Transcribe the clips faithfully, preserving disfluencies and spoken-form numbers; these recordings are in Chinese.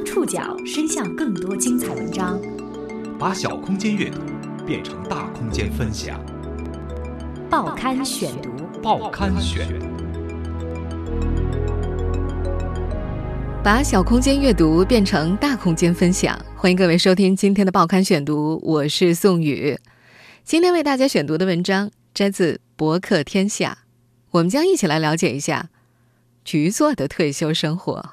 让触角伸向更多精彩文章， 把小空间阅读变成大空间分享。 报刊选读， 报刊选。 把小空间阅读变成大空间分享，欢迎各位收听今天的报刊选读，我是宋宇。今天为大家选读的文章摘自博客天下，我们将一起来了解一下局座的退休生活。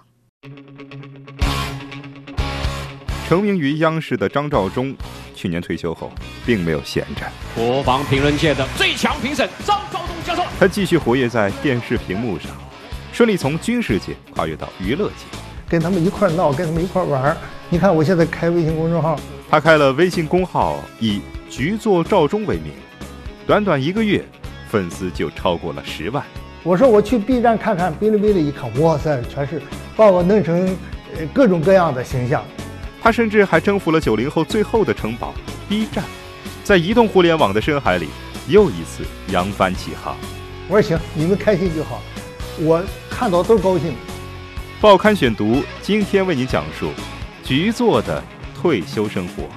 成名于央视的张召忠去年退休后并没有闲着， 国防评论界的最强评审张召忠教授， 他继续活跃在电视屏幕上，顺利从军事界跨越到娱乐界， 跟他们一块闹，跟他们一块玩。你看我现在开微信公众号， 他开了微信公号以局座召忠为名，短短一个月粉丝就超过了十万。 我说我去 B 站看看，哔哩哔哩一看，哇塞，全是把我弄成呃各种各样的形象。 他甚至还征服了九零后最后的城堡 B 站，在移动互联网的深海里又一次扬帆起航。 我说行，你们开心就好，我看到都高兴。 报刊选读今天为你讲述局座的退休生活。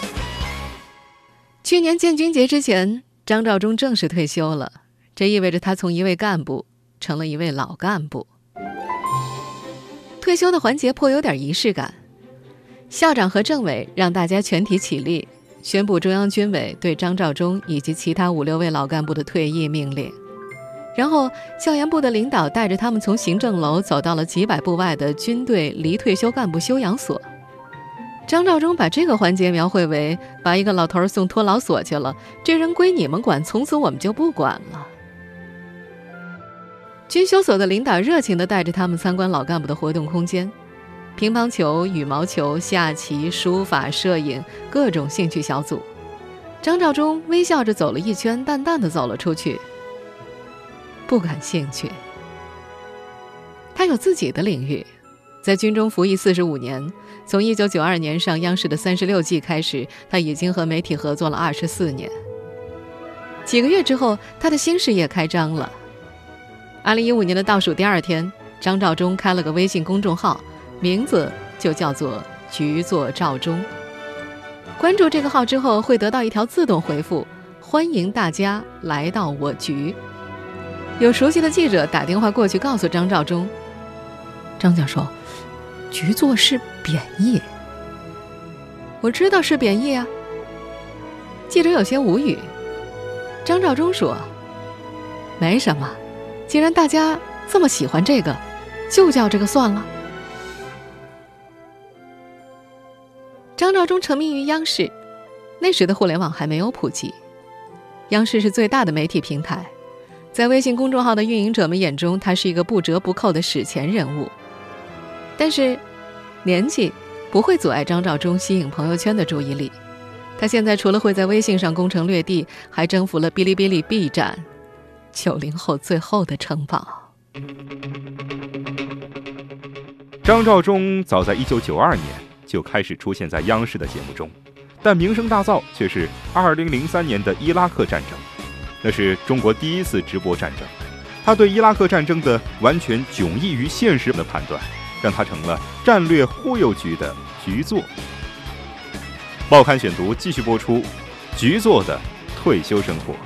去年建军节之前，张召忠正式退休了，这意味着他从一位干部成了一位老干部。退休的环节颇有点仪式感，校长和政委让大家全体起立，宣布中央军委对张召忠以及其他五六位老干部的退役命令。然后教研部的领导带着他们从行政楼走到了几百步外的军队离退休干部休养所。张召忠把这个环节描绘为把一个老头送托老所去了，这人归你们管，从此我们就不管了。军休所的领导热情地带着他们参观老干部的活动空间，乒乓球、羽毛球、下棋、书法、摄影，各种兴趣小组。张召忠微笑着走了一圈，淡淡地走了出去，不感兴趣。他有自己的领域，在军中服役四十五年，从一九九二年上央视的三十六季开始，他已经和媒体合作了二十四年。几个月之后，他的新事业开张了。二零一五年的倒数第二天，张召忠开了个微信公众号，名字就叫做局座召忠。关注这个号之后，会得到一条自动回复，欢迎大家来到我局。有熟悉的记者打电话过去告诉张召忠，张教授，局座是贬义。我知道是贬义啊。记者有些无语。张召忠说，没什么，既然大家这么喜欢这个，就叫这个算了。张召忠成名于央视，那时的互联网还没有普及，央视是最大的媒体平台，在微信公众号的运营者们眼中，他是一个不折不扣的史前人物。但是年纪不会阻碍张召忠吸引朋友圈的注意力，他现在除了会在微信上攻城略地，还征服了哔哩哔哩 B 站，九零后最后的城堡。 张召忠早在一九九二年就开始出现在央视的节目中，但名声大噪却是二零零三年的伊拉克战争，那是中国第一次直播战争。他对伊拉克战争的完全迥异于现实的判断，让他成了战略忽悠局的局座。报刊选读继续播出局座的退休生活。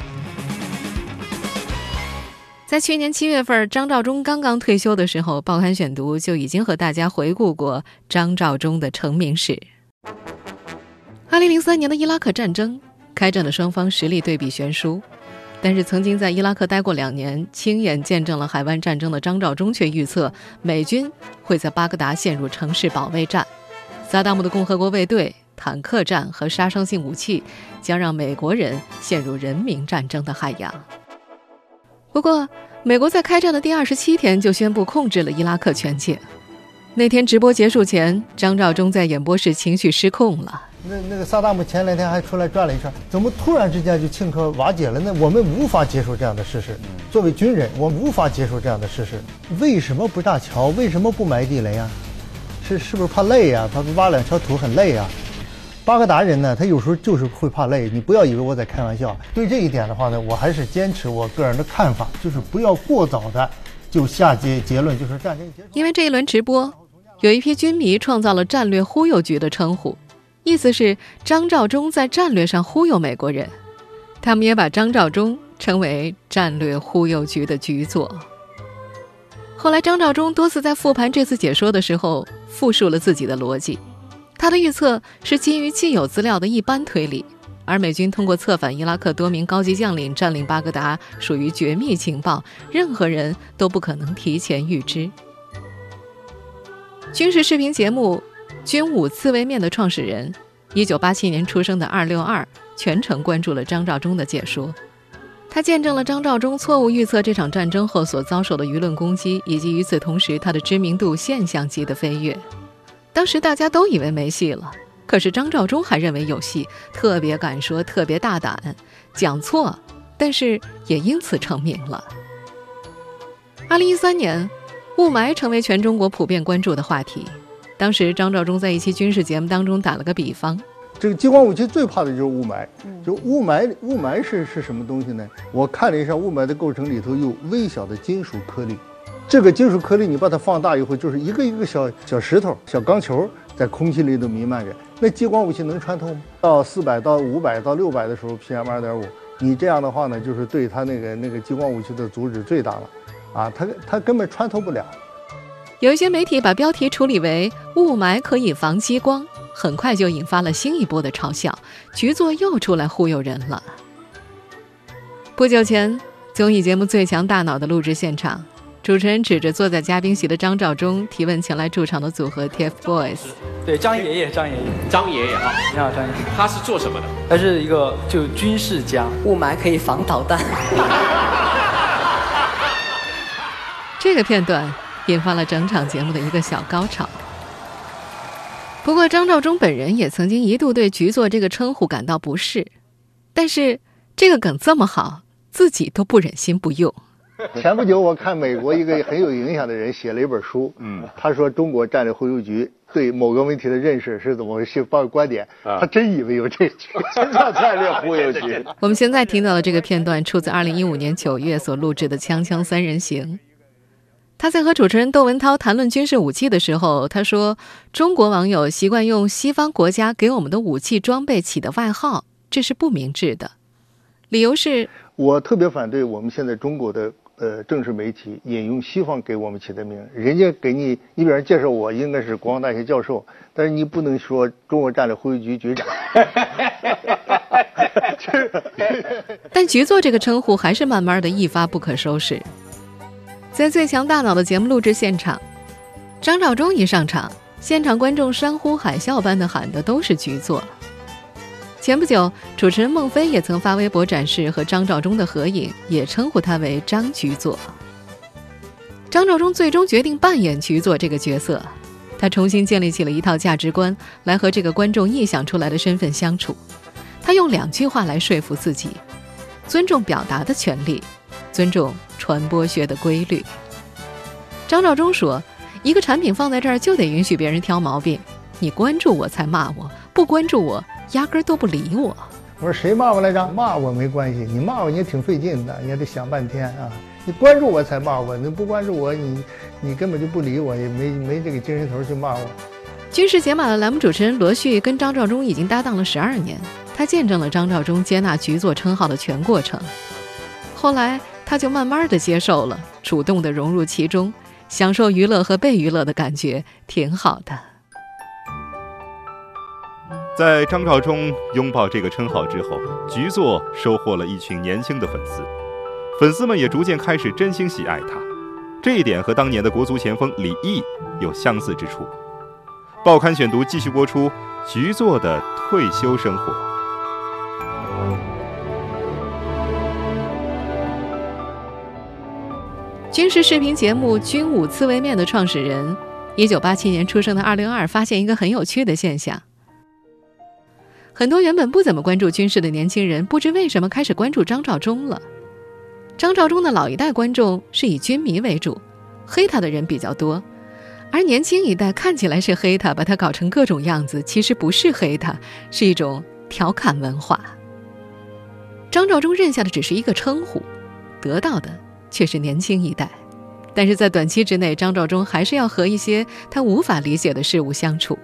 在去年七月份，张召忠刚刚退休的时候，报刊选读就已经和大家回顾过张召忠的成名史。二零零三年的伊拉克战争，开战的双方实力对比悬殊，但是曾经在伊拉克待过两年，亲眼见证了海湾战争的张召忠却预测美军会在巴格达陷入城市保卫战，萨达姆的共和国卫队、坦克战和杀伤性武器将让美国人陷入人民战争的海洋。不过美国在开战的第二十七天就宣布控制了伊拉克全境。那天直播结束前，张召忠在演播室情绪失控了。 那那个萨达姆前两天还出来转了一圈，怎么突然之间就顷刻瓦解了呢？我们无法接受这样的事实。作为军人，我们无法接受这样的事实。为什么不搭桥？为什么不埋地雷啊？是是不是怕累呀、啊？他挖两条土很累啊。巴格达人呢，他有时候就是会怕累，你不要以为我在开玩笑。对这一点的话呢，我还是坚持我个人的看法，就是不要过早的就下结结论，就是战争结束。 因为这一轮直播， 有一批军迷创造了战略忽悠局的称呼，意思是张召忠在战略上忽悠美国人，他们也把张召忠称为战略忽悠局的局座。后来张召忠多次在复盘这次解说的时候复述了自己的逻辑，他的预测是基于既有资料的一般推理，而美军通过策反伊拉克多名高级将领占领巴格达属于绝密情报，任何人都不可能提前预知。军事视频节目《军武刺猬面》的创始人，一九八七年出生的二六二全程关注了张召忠的解说，他见证了张召忠错误预测这场战争后所遭受的舆论攻击，以及与此同时他的知名度现象级的飞跃。当时大家都以为没戏了，可是张召忠还认为有戏，特别敢说，特别大胆，讲错，但是也因此成名了。二零一三年，雾霾成为全中国普遍关注的话题。当时张召忠在一期军事节目当中打了个比方， 这个激光武器最怕的就是雾霾。就雾霾，雾霾是是什么东西呢？我看了一下，雾霾的构成里头有微小的金属颗粒。这个金属颗粒你把它放大以后，就是一个一个小小石头、小钢球在空气里头弥漫着。那激光武器能穿透吗？到四百到五百到六百的时候 P M 二点五， 你这样的话呢，就是对它那个那个激光武器的阻止最大了，啊，它它根本穿透不了。 有一些媒体把标题处理为雾霾可以防激光，很快就引发了新一波的嘲笑，局座又出来忽悠人了。不久前，综艺节目《最强大脑》的录制现场，主持人指着坐在嘉宾席的张召忠提问前来驻场的组合 T F Boys。 对，张爷爷，张爷爷， 张爷爷哈， 你好，张爷爷。 他是做什么的？ 他是一个就军事家， 雾霾可以防导弹。 这个片段引发了整场节目的一个小高潮。不过张召忠本人也曾经一度对局座这个称呼感到不适，但是这个梗这么好，自己都不忍心不用。 前不久我看美国一个很有影响的人写了一本书，嗯，他说中国战略忽悠局对某个问题的认识是怎么回事，报观点，他真以为有这句，真叫战略忽悠局。 我们现在听到的这个片段出自二零一五年九月所录制的《锵锵三人行》。他在和主持人窦文涛谈论军事武器的时候，他说中国网友习惯用西方国家给我们的武器装备起的外号，这是不明智的。理由是， 我特别反对我们现在中国的呃正式媒体引用西方给我们起的名，人家给你，你比方介绍我应该是国防大学教授，但是你不能说中国战略忽悠局局长。 但局座这个称呼还是慢慢的一发不可收拾。在最强大脑的节目录制现场，张召忠一上场，现场观众山呼海啸般的喊的都是局座。前不久，主持人孟非也曾发微博展示和张召忠的合影，也称呼他为张局座。张召忠最终决定扮演局座这个角色，他重新建立起了一套价值观，来和这个观众臆想出来的身份相处。他用两句话来说服自己：尊重表达的权利，尊重传播学的规律。张召忠说，一个产品放在这儿就得允许别人挑毛病，你关注我才骂我，不关注我压根儿都不理我。 我说谁骂我来着？骂我没关系，你骂我你也挺费劲的，你也得想半天啊。你关注我才骂我，你不关注我，你你根本就不理我，也没没这个精神头去骂我。 军事解码的栏目主持人罗旭跟张召忠已经搭档了十二年，他见证了张召忠接纳局座称号的全过程。后来他就慢慢的接受了，主动的融入其中，享受娱乐和被娱乐的感觉，挺好的。 在张召忠拥抱这个称号之后，局座收获了一群年轻的粉丝，粉丝们也逐渐开始真心喜爱他。这一点和当年的国足前锋李毅有相似之处。报刊选读继续播出局座的退休生活。 军事视频节目《军武刺猬面》的创始人，一九八七年出生的二零二发现一个很有趣的现象。很多原本不怎么关注军事的年轻人，不知为什么开始关注张召忠了。张召忠的老一代观众是以军迷为主，黑他的人比较多，而年轻一代看起来是黑他，把他搞成各种样子，其实不是黑他，是一种调侃文化。张召忠认下的只是一个称呼，得到的却是年轻一代。 但是在短期之内，张召忠还是要和一些他无法理解的事物相处。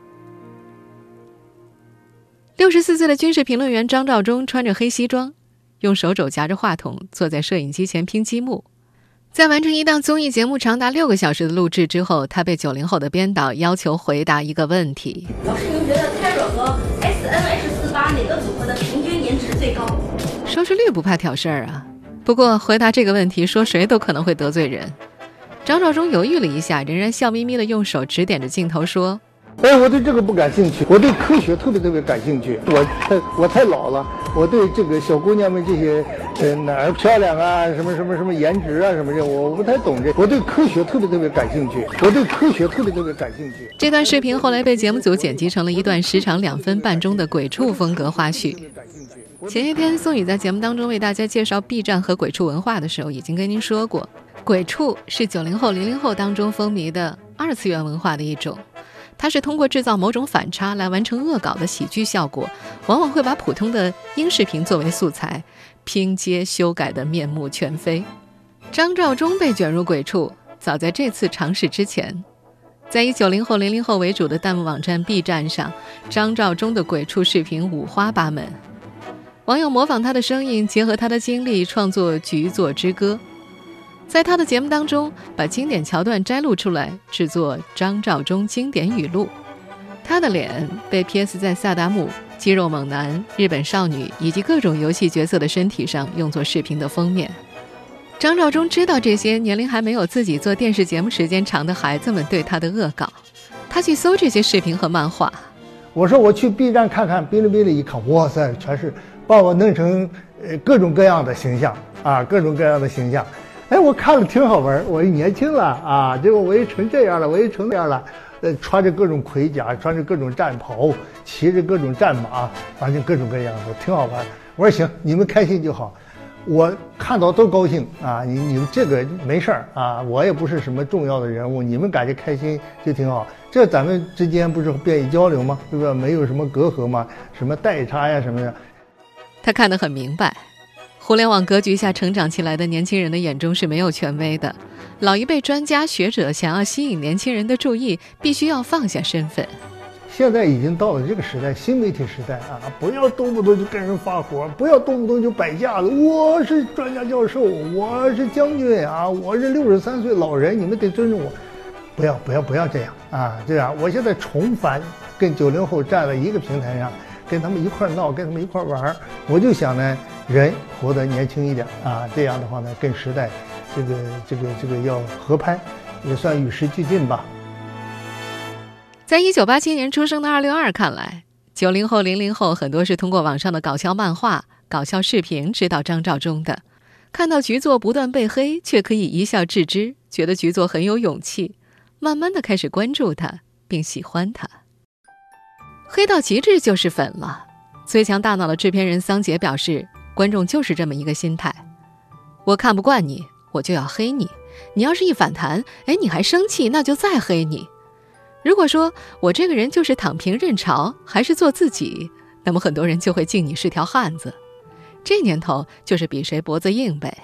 六十四岁的军事评论员张召忠穿着黑西装，用手肘夹着话筒，坐在摄影机前拼积木。在完成一档综艺节目长达六个小时的录制之后，他被九零后的编导要求回答一个问题： 老师，您觉得 Terra 和 S N H 四八哪个组合的平均颜值最高？ 收视率不怕挑事儿啊。不过回答这个问题，说谁都可能会得罪人。张召忠犹豫了一下，仍然笑眯眯地用手指点着镜头说： 哎，我对这个不感兴趣，我对科学特别特别感兴趣。我太我太老了，我对这个小姑娘们这些呃哪儿漂亮啊，什么什么什么颜值啊什么的，我不太懂这。我对科学特别特别感兴趣，我对科学特别特别感兴趣。 这段视频后来被节目组剪辑成了一段时长两分半钟的鬼畜风格花絮。前些天宋宇在节目当中为大家介绍 B 站和鬼畜文化的时候，已经跟您说过，鬼畜是九零后、零零后当中风靡的二次元文化的一种。它是通过制造某种反差来完成恶搞的喜剧效果，往往会把普通的音视频作为素材，拼接修改的面目全非。张召忠被卷入鬼畜，早在这次尝试之前。在以九零后、零零后为主的弹幕网站 B 站上，张召忠的鬼畜视频五花八门，网友模仿他的声音，结合他的经历创作《局座之歌》。在他的节目当中，把经典桥段摘录出来，制作张召忠经典语录。他的脸被 P S 在萨达姆、肌肉猛男、日本少女以及各种游戏角色的身体上，用作视频的封面。张召忠知道这些年龄还没有自己做电视节目时间长的孩子们对他的恶搞，他去搜这些视频和漫画。 我说我去 B 站看看，哔哩哔哩一看，哇塞，全是把我弄成呃各种各样的形象啊，各种各样的形象。哎，我看了挺好玩，我一年轻了啊，结果我也成这样了，我也成这样了，呃，穿着各种盔甲，穿着各种战袍，骑着各种战马，反正各种各样的，挺好玩。我说行，你们开心就好，我看到都高兴啊。你你们这个没事儿啊，我也不是什么重要的人物，你们感觉开心就挺好。这咱们之间不是便于交流吗？对吧？没有什么隔阂吗？什么代差呀什么的。 他看得很明白。互联网格局下成长起来的年轻人的眼中是没有权威的，老一辈专家学者想要吸引年轻人的注意，必须要放下身份。 现在已经到了这个时代，新媒体时代啊，不要动不动就跟人发火，不要动不动就摆架子。我是专家教授，我是将军啊，我是六十三岁老人，你们得尊重我。不要不要不要这样啊！这样，我现在重返跟九零后站在一个平台上，跟他们一块闹，跟他们一块玩。我就想呢，人活得年轻一点啊，这样的话呢，跟时代这个这个这个要合拍，也算与时俱进吧。 在一九八七年出生的二六二看来，九零后、零零后很多是通过网上的搞笑漫画、搞笑视频知道张召忠的。看到局座不断被黑，却可以一笑置之，觉得局座很有勇气，慢慢的开始关注他，并喜欢他。黑到极致就是粉了。最强大脑的制片人桑杰表示，观众就是这么一个心态，我看不惯你，我就要黑你，你要是一反弹，哎，你还生气，那就再黑你。如果说我这个人就是躺平认潮，还是做自己，那么很多人就会敬你是条汉子。这年头就是比谁脖子硬呗。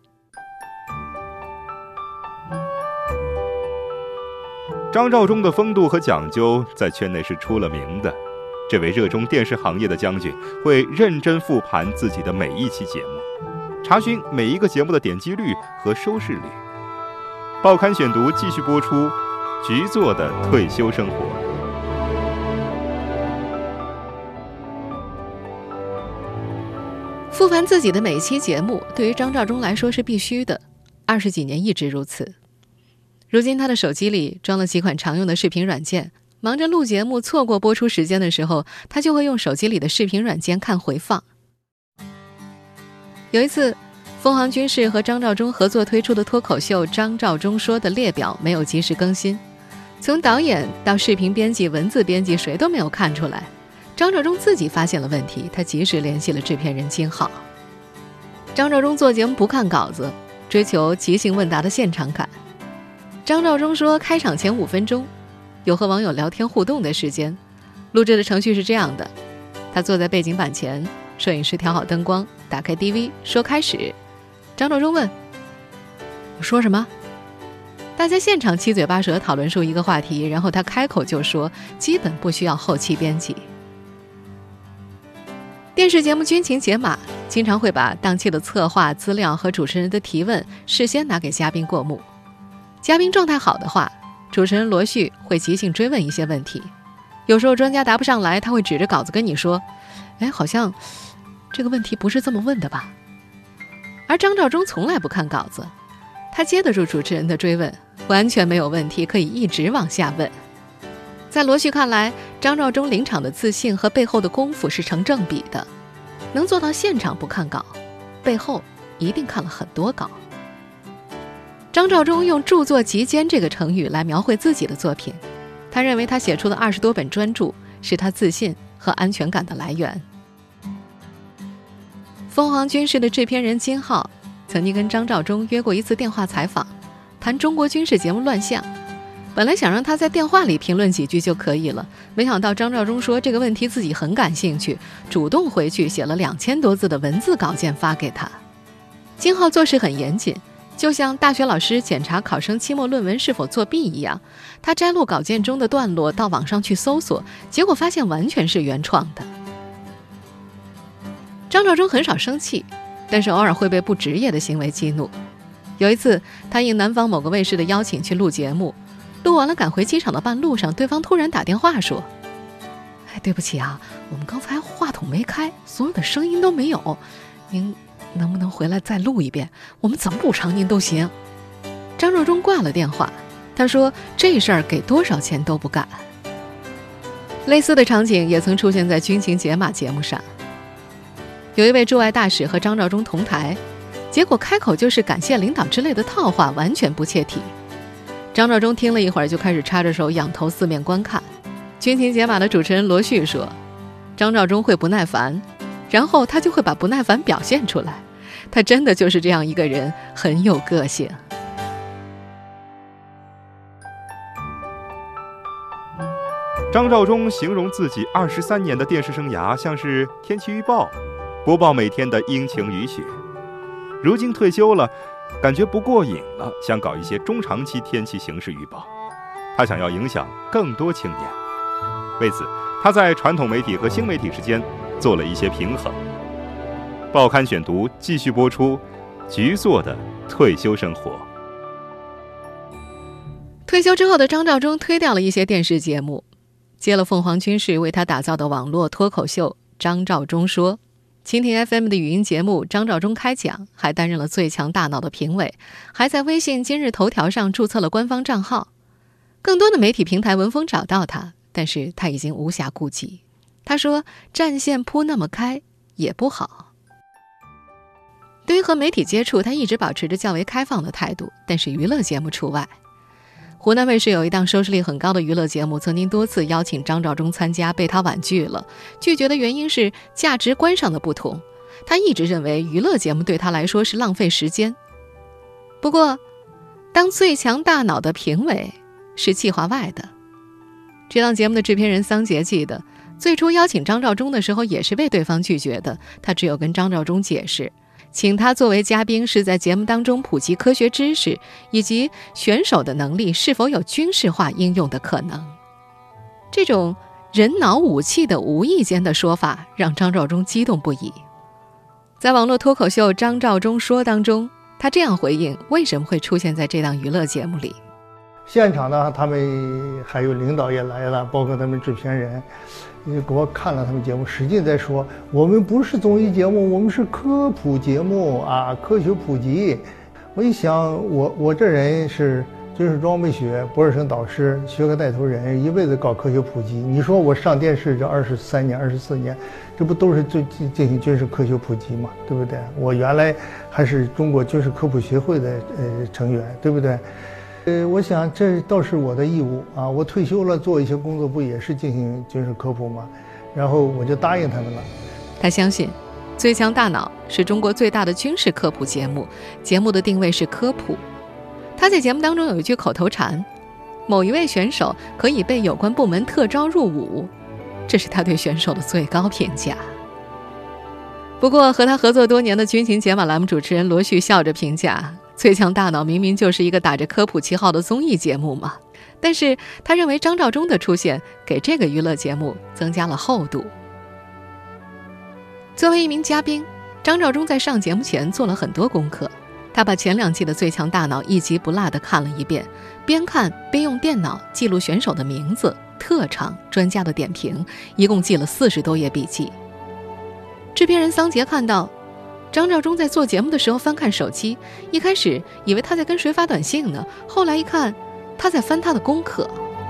张召忠的风度和讲究在圈内是出了名的。这位热衷电视行业的将军会认真复盘自己的每一期节目，查询每一个节目的点击率和收视率。报刊选读继续播出局座的退休生活。 复盘自己的每一期节目，对于张召忠来说是必须的，二十几年一直如此。如今他的手机里装了几款常用的视频软件，忙着录节目，错过播出时间的时候，他就会用手机里的视频软件看回放。有一次，凤凰军事和张召忠合作推出的脱口秀《张召忠说》的列表没有及时更新，从导演到视频编辑、文字编辑，谁都没有看出来。张召忠自己发现了问题，他及时联系了制片人金浩。张召忠做节目不看稿子，追求即兴问答的现场感。张召忠说，开场前五分钟有和网友聊天互动的时间。录制的程序是这样的，他坐在背景板前，摄影师调好灯光，打开 D V 说开始。张召忠问，我说什么？ 大家现场七嘴八舌讨论出一个话题，然后他开口就说，基本不需要后期编辑。电视节目军情解码经常会把当期的策划资料和主持人的提问事先拿给嘉宾过目，嘉宾状态好的话，主持人罗旭会即兴追问一些问题，有时候专家答不上来，他会指着稿子跟你说，哎，好像这个问题不是这么问的吧。而张召忠从来不看稿子，他接得住主持人的追问，完全没有问题，可以一直往下问。在罗旭看来，张召忠临场的自信和背后的功夫是成正比的，能做到现场不看稿，背后一定看了很多稿。张召忠用著作极坚这个成语来描绘自己的作品，他认为他写出的二十多本专著是他自信和安全感的来源。凤凰军事的制片人金浩曾经跟张召忠约过一次电话采访，谈中国军事节目乱象。本来想让他在电话里评论几句就可以了，没想到张召忠说这个问题自己很感兴趣，主动回去写了两千多字的文字稿件发给他。金浩做事很严谨，就像大学老师检查考生期末论文是否作弊一样，他摘录稿件中的段落到网上去搜索，结果发现完全是原创的。张召忠很少生气，但是偶尔会被不职业的行为激怒。有一次，他应南方某个卫视的邀请去录节目，录完了赶回机场的半路上，对方突然打电话说，哎，对不起啊，我们刚才话筒没开，所有的声音都没有，您能不能回来再录一遍？我们怎么补偿您都行。张召忠挂了电话，他说这事儿给多少钱都不干。类似的场景也曾出现在军情解码节目上，有一位驻外大使和张召忠同台，结果开口就是感谢领导之类的套话，完全不切题。张召忠听了一会儿，就开始插着手仰头四面观看。军情解码的主持人罗旭说，张召忠会不耐烦，然后他就会把不耐烦表现出来，他真的就是这样一个人，很有个性。 张召忠形容自己二十三年的电视生涯像是天气预报，播报每天的阴晴雨雪。如今退休了，感觉不过瘾了，想搞一些中长期天气形势预报。他想要影响更多青年，为此他在传统媒体和新媒体之间做了一些平衡。报刊选读继续播出局座的退休生活。 退休之后的张召忠推掉了一些电视节目，接了凤凰军事为他打造的网络脱口秀张召忠说，蜻蜓 F M 的语音节目张召忠开讲，还担任了最强大脑的评委，还在微信今日头条上注册了官方账号。更多的媒体平台闻风找到他，但是他已经无暇顾及。他说战线铺那么开也不好。对于和媒体接触，他一直保持着较为开放的态度，但是娱乐节目除外。湖南卫视有一档收视率很高的娱乐节目，曾经多次邀请张召忠参加，被他婉拒了。拒绝的原因是价值观上的不同，他一直认为娱乐节目对他来说是浪费时间。不过当最强大脑的评委是计划外的。这档节目的制片人桑杰记得，最初邀请张召忠的时候也是被对方拒绝的，他只有跟张召忠解释，请他作为嘉宾是在节目当中普及科学知识，以及选手的能力是否有军事化应用的可能。这种人脑武器的无意间的说法让张召忠激动不已。在网络脱口秀张召忠说当中，他这样回应为什么会出现在这档娱乐节目里。 现场呢，他们还有领导也来了，包括他们制片人，也给我看了他们节目，使劲在说我们不是综艺节目，我们是科普节目啊，科学普及。我一想，我我这人是军事装备学博士生导师，学科带头人，一辈子搞科学普及。你说我上电视这二十三年、二十四年，这不都是最进行军事科学普及吗？对不对？我原来还是中国军事科普协会的呃成员，对不对？呃，我想这倒是我的义务啊！我退休了，做一些工作不也是进行军事科普吗？然后我就答应他们了。 他相信，最强大脑是中国最大的军事科普节目，节目的定位是科普。他在节目当中有一句口头禅：某一位选手可以被有关部门特招入伍，这是他对选手的最高评价。不过和他合作多年的军情解码栏目主持人罗旭笑着评价， 最强大脑明明就是一个打着科普旗号的综艺节目嘛，但是他认为张召忠的出现给这个娱乐节目增加了厚度。作为一名嘉宾，张召忠在上节目前做了很多功课，他把前两季的最强大脑一集不落地看了一遍，边看边用电脑记录选手的名字、特长、专家的点评，一共记了四十多页笔记。制片人桑杰看到张召忠在做节目的时候翻看手机，一开始以为他在跟谁发短信呢，后来一看他在翻他的功课。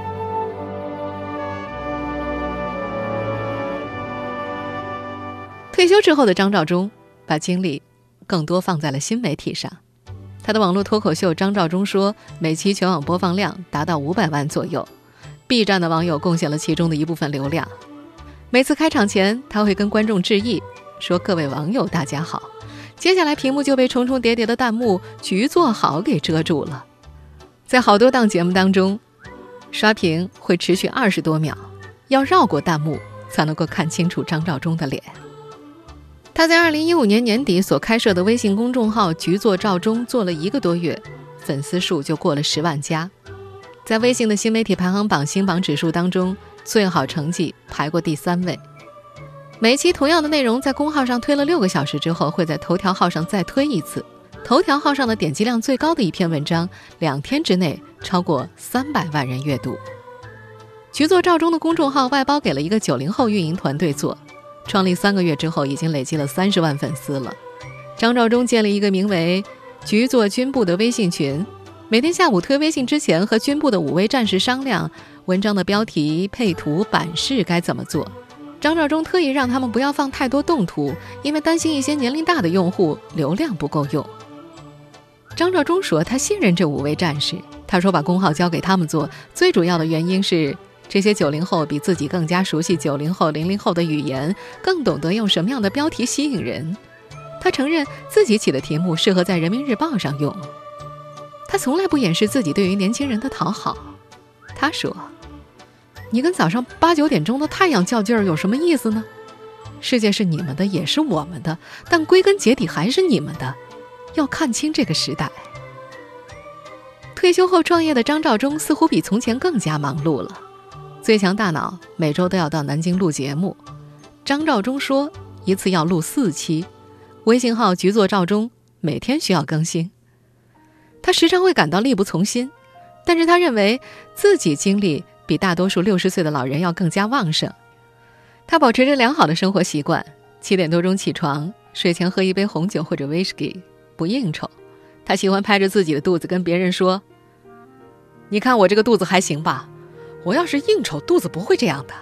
退休之后的张召忠把精力更多放在了新媒体上，他的网络脱口秀《张召忠说》每期全网播放量达到五百万左右， B 站的网友贡献了其中的一部分流量。每次开场前他会跟观众致意，说各位网友大家好，接下来屏幕就被重重叠叠的弹幕局座好给遮住了。在好多档节目当中，刷屏会持续二十多秒，要绕过弹幕才能够看清楚张召忠的脸。他在二零一五年年底所开设的微信公众号局座召忠做了一个多月，粉丝数就过了十万加，在微信的新媒体排行榜星榜指数当中，最好成绩排过第三位。每一期同样的内容在公号上推了六个小时之后，会在头条号上再推一次，头条号上的点击量最高的一篇文章，两天之内超过三百万人阅读。局座召忠的公众号外包给了一个九零后运营团队做，创立三个月之后已经累积了三十万粉丝了。张召忠建立一个名为局座军部的微信群，每天下午推微信之前和军部的五位战士商量文章的标题、配图、版式该怎么做。张召忠特意让他们不要放太多动图，因为担心一些年龄大的用户流量不够用。张召忠说他信任这五位战士，他说把公号交给他们做，最主要的原因是这些九零后比自己更加熟悉九零后、零零后的语言，更懂得用什么样的标题吸引人。他承认自己起的题目适合在人民日报上用。他从来不掩饰自己对于年轻人的讨好。他说，你跟早上八九点钟的太阳较劲儿有什么意思呢？世界是你们的，也是我们的，但归根结底还是你们的，要看清这个时代。退休后创业的张召忠似乎比从前更加忙碌了。最强大脑每周都要到南京录节目，张召忠说一次要录四期，微信号局座召忠每天需要更新。他时常会感到力不从心，但是他认为自己精力比大多数六十岁的老人要更加旺盛。他保持着良好的生活习惯，七点多钟起床，睡前喝一杯红酒或者威士忌，不应酬。他喜欢拍着自己的肚子跟别人说，你看我这个肚子还行吧，我要是应酬肚子不会这样的。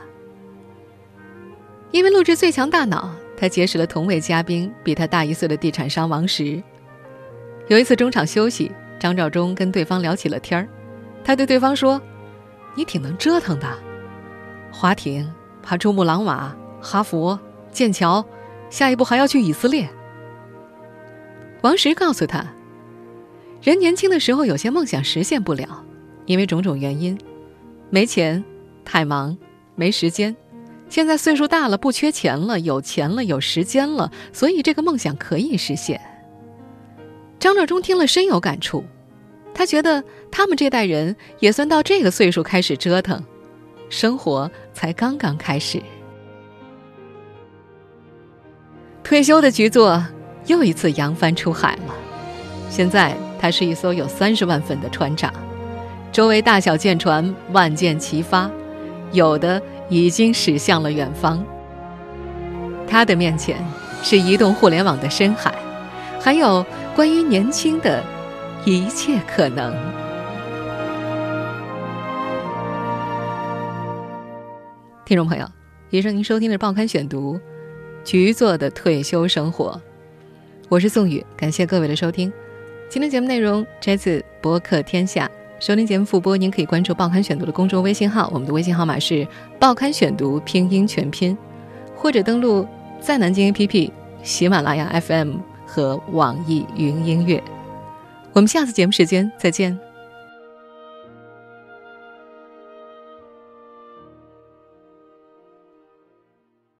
因为录制最强大脑，他结识了同为嘉宾比他大一岁的地产商王石。有一次中场休息，张召忠跟对方聊起了天儿，他对对方说，你挺能折腾的，滑艇、爬珠穆朗玛、哈佛、剑桥，下一步还要去以色列。王石告诉他，人年轻的时候有些梦想实现不了，因为种种原因，没钱、太忙、没时间。现在岁数大了，不缺钱了，有钱了，有时间了，所以这个梦想可以实现。张召忠听了深有感触，他觉得他们这代人也算到这个岁数开始折腾，生活才刚刚开始。退休的局座又一次扬帆出海了，现在他是一艘有三十万粉的船长，周围大小舰船万箭齐发，有的已经驶向了远方。他的面前是移动互联网的深海，还有关于年轻的一切可能。听众朋友，以上您收听的是报刊选读，局座的退休生活，我是宋宇，感谢各位的收听。今天节目内容摘自博客天下，收听节目复播您可以关注报刊选读的公众微信号，我们的微信号码是报刊选读拼音全拼，或者登录在南京 A P P、 喜马拉雅 F M 和网易云音乐。我们下次节目时间再见。